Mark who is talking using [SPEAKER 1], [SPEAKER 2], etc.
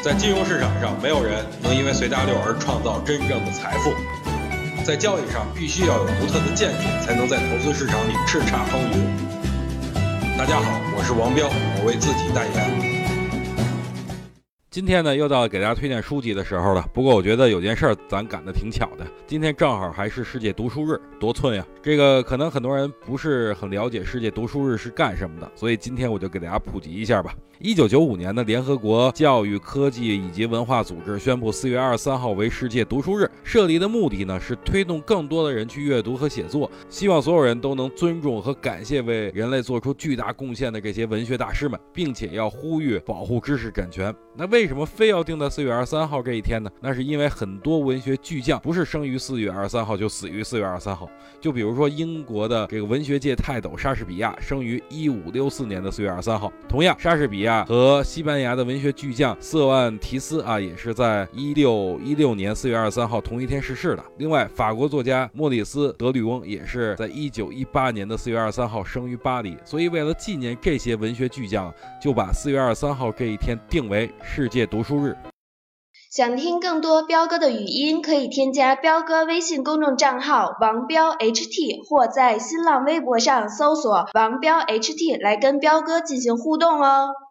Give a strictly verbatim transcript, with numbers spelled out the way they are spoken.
[SPEAKER 1] 在金融市场上，没有人能因为随大流而创造真正的财富。在交易上，必须要有独特的见解，才能在投资市场里叱咤风云。大家好，我是王彪，我为自己代言。
[SPEAKER 2] 今天呢，又到了给大家推荐书籍的时候了。不过我觉得有件事儿咱赶得挺巧的，今天正好还是世界读书日，多寸呀！这个可能很多人不是很了解世界读书日是干什么的，所以今天我就给大家普及一下吧。一九九五年的联合国教育、科技以及文化组织宣布四月二十三号为世界读书日，设立的目的呢是推动更多的人去阅读和写作，希望所有人都能尊重和感谢为人类做出巨大贡献的这些文学大师们，并且要呼吁保护知识产权。那为什么非要定在四月二十三号这一天呢？那是因为很多文学巨匠不是生于四月二十三号就死于四月二十三号。就比如说英国的这个文学界泰斗莎士比亚生于一五六四年的四月二十三号。同样，莎士比亚和西班牙的文学巨匠瑟万提斯啊，也是在一六一六年四月二十三号同一天逝世的。另外，法国作家莫里斯·德吕翁也是在一九一八年的四月二十三号生于巴黎。所以为了纪念这些文学巨匠，就把四月二十三号这一天定为世界读书日。
[SPEAKER 3] 想听更多彪哥的语音，可以添加彪哥微信公众账号王彪 H T， 或在新浪微博上搜索王彪 H T 来跟彪哥进行互动哦。